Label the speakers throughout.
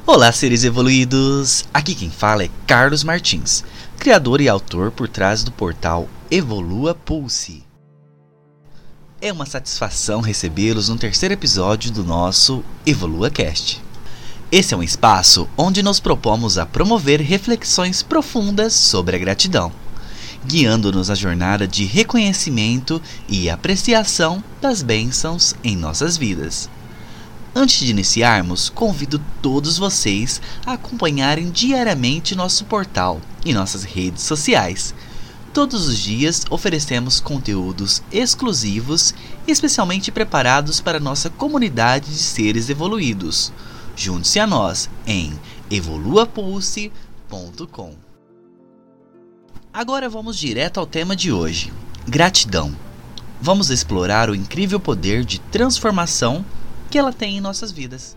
Speaker 1: Olá, seres evoluídos! Aqui quem fala é Carlos Martins, criador e autor por trás do portal Evolua Pulse. É uma satisfação recebê-los no terceiro episódio do nosso Evolua Cast. Esse é um espaço onde nos propomos a promover reflexões profundas sobre a gratidão, guiando-nos à jornada de reconhecimento e apreciação das bênçãos em nossas vidas. Antes de iniciarmos, convido todos vocês a acompanharem diariamente nosso portal e nossas redes sociais. Todos os dias oferecemos conteúdos exclusivos, especialmente preparados para nossa comunidade de seres evoluídos. Junte-se a nós em evoluapulse.com. Agora vamos direto ao tema de hoje: gratidão. Vamos explorar o incrível poder de transformação que ela tem em nossas vidas.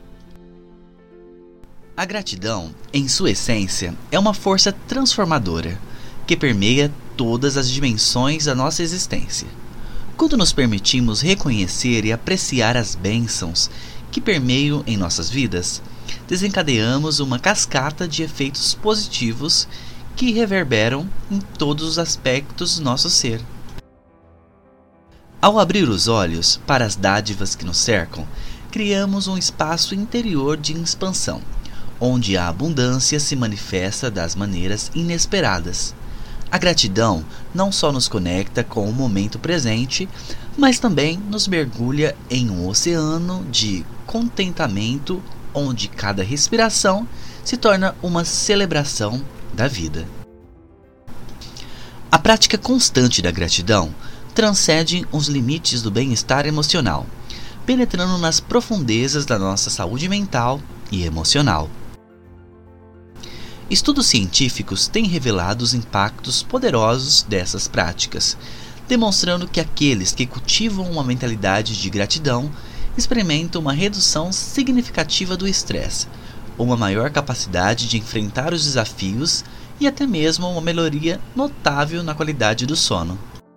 Speaker 1: A gratidão, em sua essência, é uma força transformadora que permeia todas as dimensões da nossa existência. Quando nos permitimos reconhecer e apreciar as bênçãos que permeiam em nossas vidas, desencadeamos uma cascata de efeitos positivos que reverberam em todos os aspectos do nosso ser. Ao abrir os olhos para as dádivas que nos cercam, criamos um espaço interior de expansão, onde a abundância se manifesta das maneiras inesperadas. A gratidão não só nos conecta com o momento presente, mas também nos mergulha em um oceano de contentamento, onde cada respiração se torna uma celebração da vida. A prática constante da gratidão transcende os limites do bem-estar emocional, penetrando nas profundezas da nossa saúde mental e emocional. Estudos científicos têm revelado os impactos poderosos dessas práticas, demonstrando que aqueles que cultivam uma mentalidade de gratidão experimentam uma redução significativa do estresse, uma maior capacidade de enfrentar os desafios e até mesmo uma melhoria notável na qualidade do sono.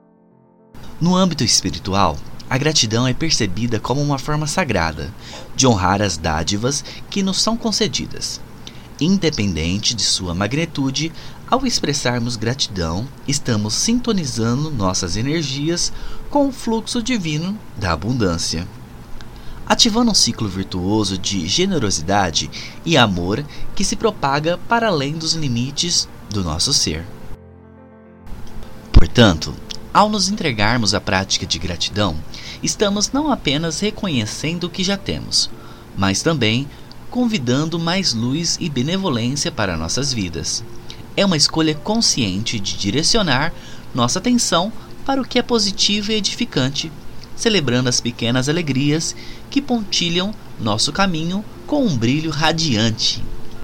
Speaker 1: No âmbito espiritual, a gratidão é percebida como uma forma sagrada de honrar as dádivas que nos são concedidas. Independente de sua magnitude, ao expressarmos gratidão, estamos sintonizando nossas energias com o fluxo divino da abundância, ativando um ciclo virtuoso de generosidade e amor que se propaga para além dos limites do nosso ser. Portanto, ao nos entregarmos à prática de gratidão, estamos não apenas reconhecendo o que já temos, mas também convidando mais luz e benevolência para nossas vidas. É uma escolha consciente de direcionar nossa atenção para o que é positivo e edificante, celebrando as pequenas alegrias que pontilham nosso caminho com um brilho radiante.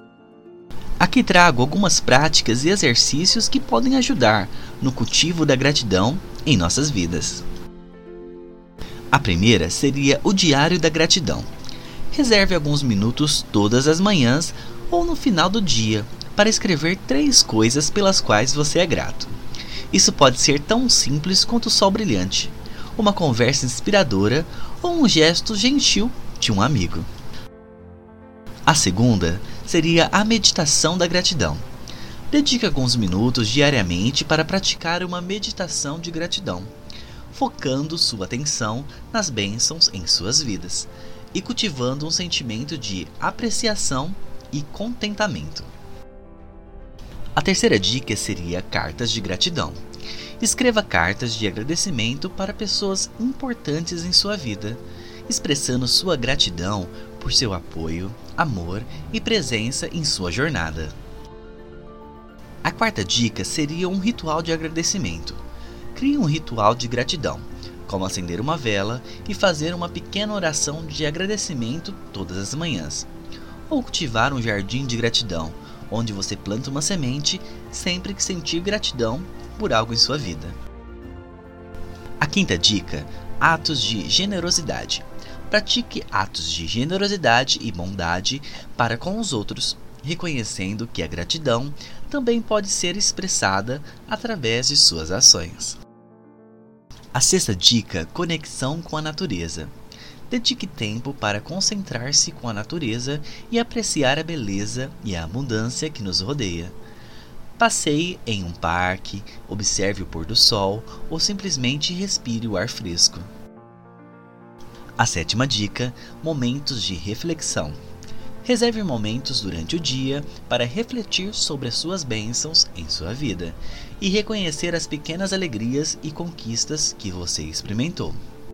Speaker 1: Aqui trago algumas práticas e exercícios que podem ajudar no cultivo da gratidão em nossas vidas. A primeira seria o Diário da Gratidão. Reserve alguns minutos todas as manhãs ou no final do dia para escrever 3 coisas pelas quais você é grato. Isso pode ser tão simples quanto o sol brilhante, uma conversa inspiradora ou um gesto gentil de um amigo. A segunda seria a meditação da gratidão. Dedique alguns minutos diariamente para praticar uma meditação de gratidão, focando sua atenção nas bênçãos em suas vidas e cultivando um sentimento de apreciação e contentamento. A terceira dica seria cartas de gratidão. Escreva cartas de agradecimento para pessoas importantes em sua vida, expressando sua gratidão por seu apoio, amor e presença em sua jornada. A quarta dica seria um ritual de agradecimento. Crie um ritual de gratidão, como acender uma vela e fazer uma pequena oração de agradecimento todas as manhãs, ou cultivar um jardim de gratidão, onde você planta uma semente sempre que sentir gratidão por algo em sua vida. A quinta dica: atos de generosidade. Pratique atos de generosidade e bondade para com os outros, reconhecendo que a gratidão também pode ser expressada através de suas ações. A sexta dica: conexão com a natureza. Dedique tempo para concentrar-se com a natureza e apreciar a beleza e a abundância que nos rodeia. Passeie em um parque, observe o pôr do sol ou simplesmente respire o ar fresco. A sétima dica: momentos de reflexão. Reserve momentos durante o dia para refletir sobre as suas bênçãos em sua vida e reconhecer as pequenas alegrias e conquistas que você experimentou.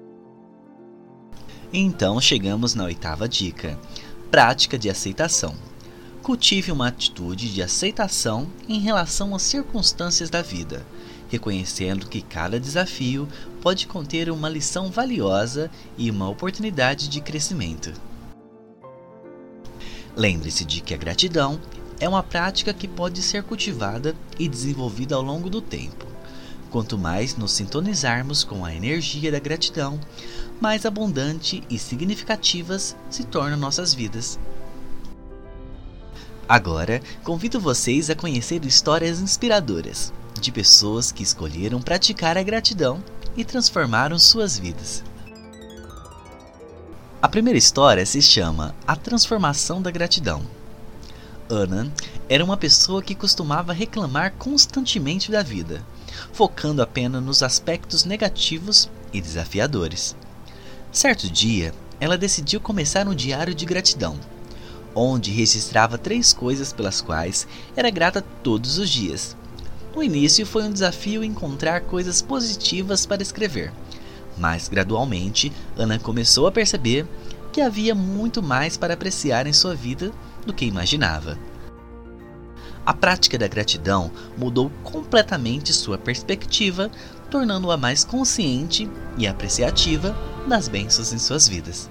Speaker 1: Então chegamos na oitava dica: prática de aceitação. Cultive uma atitude de aceitação em relação às circunstâncias da vida, reconhecendo que cada desafio pode conter uma lição valiosa e uma oportunidade de crescimento. Lembre-se de que a gratidão é uma prática que pode ser cultivada e desenvolvida ao longo do tempo. Quanto mais nos sintonizarmos com a energia da gratidão, mais abundante e significativas se tornam nossas vidas. Agora, convido vocês a conhecer histórias inspiradoras de pessoas que escolheram praticar a gratidão e transformaram suas vidas. A primeira história se chama A Transformação da Gratidão. Ana era uma pessoa que costumava reclamar constantemente da vida, focando apenas nos aspectos negativos e desafiadores. Certo dia, ela decidiu começar um diário de gratidão, onde registrava 3 coisas pelas quais era grata todos os dias. No início foi um desafio encontrar coisas positivas para escrever, mas gradualmente Ana começou a perceber que havia muito mais para apreciar em sua vida do que imaginava. A prática da gratidão mudou completamente sua perspectiva, tornando-a mais consciente e apreciativa das bênçãos em suas vidas.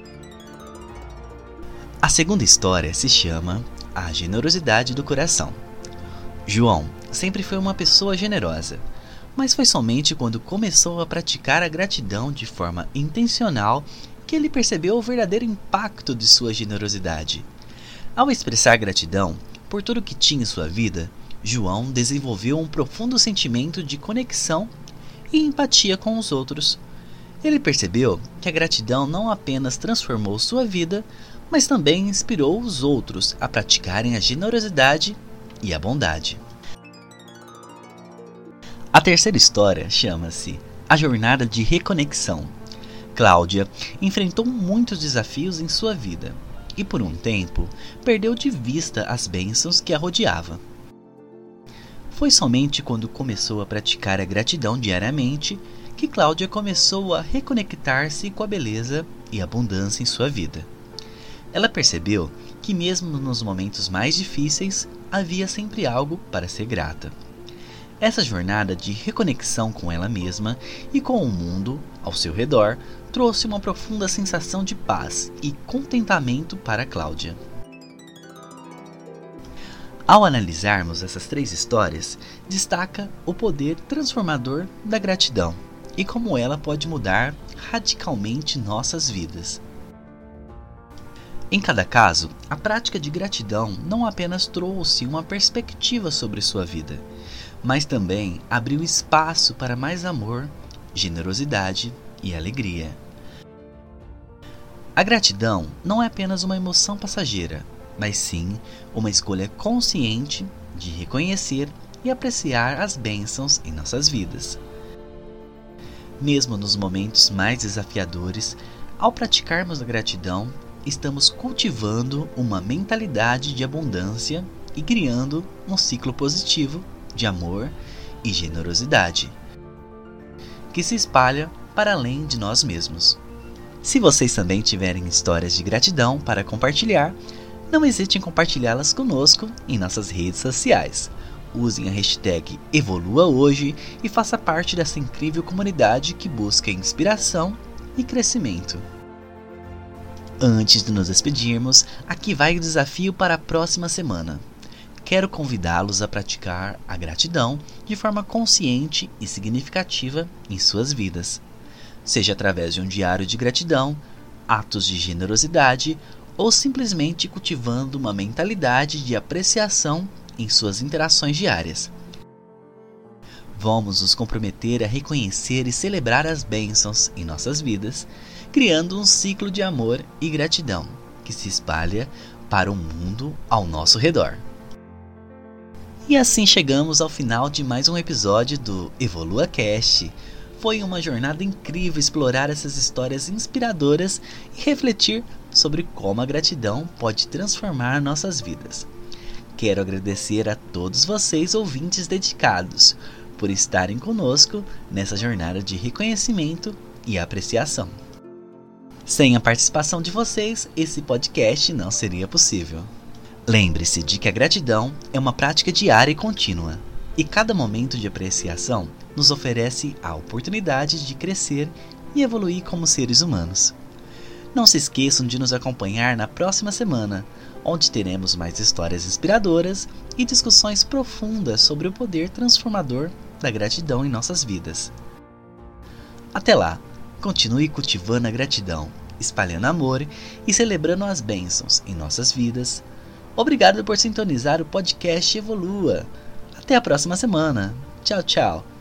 Speaker 1: A segunda história se chama A Generosidade do Coração. João sempre foi uma pessoa generosa, mas foi somente quando começou a praticar a gratidão de forma intencional que ele percebeu o verdadeiro impacto de sua generosidade. Ao expressar gratidão por tudo que tinha em sua vida, João desenvolveu um profundo sentimento de conexão e empatia com os outros. Ele percebeu que a gratidão não apenas transformou sua vida, mas também inspirou os outros a praticarem a generosidade e a bondade. A terceira história chama-se A Jornada de Reconexão. Cláudia enfrentou muitos desafios em sua vida e, por um tempo, perdeu de vista as bênçãos que a rodeavam. Foi somente quando começou a praticar a gratidão diariamente que Cláudia começou a reconectar-se com a beleza e abundância em sua vida. Ela percebeu que mesmo nos momentos mais difíceis, havia sempre algo para ser grata. Essa jornada de reconexão com ela mesma e com o mundo ao seu redor trouxe uma profunda sensação de paz e contentamento para Cláudia. Ao analisarmos essas 3 histórias, destaca o poder transformador da gratidão e como ela pode mudar radicalmente nossas vidas. Em cada caso, a prática de gratidão não apenas trouxe uma perspectiva sobre sua vida, mas também abriu espaço para mais amor, generosidade e alegria. A gratidão não é apenas uma emoção passageira, mas sim uma escolha consciente de reconhecer e apreciar as bênçãos em nossas vidas. Mesmo nos momentos mais desafiadores, ao praticarmos a gratidão, estamos cultivando uma mentalidade de abundância e criando um ciclo positivo de amor e generosidade, que se espalha para além de nós mesmos. Se vocês também tiverem histórias de gratidão para compartilhar, não hesite em compartilhá-las conosco em nossas redes sociais. Usem a hashtag EvoluaHoje e faça parte dessa incrível comunidade que busca inspiração e crescimento. Antes de nos despedirmos, aqui vai o desafio para a próxima semana. Quero convidá-los a praticar a gratidão de forma consciente e significativa em suas vidas, seja através de um diário de gratidão, atos de generosidade ou simplesmente cultivando uma mentalidade de apreciação em suas interações diárias. Vamos nos comprometer a reconhecer e celebrar as bênçãos em nossas vidas, criando um ciclo de amor e gratidão que se espalha para o mundo ao nosso redor. E assim chegamos ao final de mais um episódio do Evolua Cast. Foi uma jornada incrível explorar essas histórias inspiradoras e refletir sobre como a gratidão pode transformar nossas vidas. Quero agradecer a todos vocês, ouvintes dedicados, por estarem conosco nessa jornada de reconhecimento e apreciação. Sem a participação de vocês, esse podcast não seria possível. Lembre-se de que a gratidão é uma prática diária e contínua, e cada momento de apreciação nos oferece a oportunidade de crescer e evoluir como seres humanos. Não se esqueçam de nos acompanhar na próxima semana, onde teremos mais histórias inspiradoras e discussões profundas sobre o poder transformador da gratidão em nossas vidas. Até lá, continue cultivando a gratidão, espalhando amor e celebrando as bênçãos em nossas vidas. Obrigado por sintonizar o podcast Evolua. Até a próxima semana. Tchau, tchau.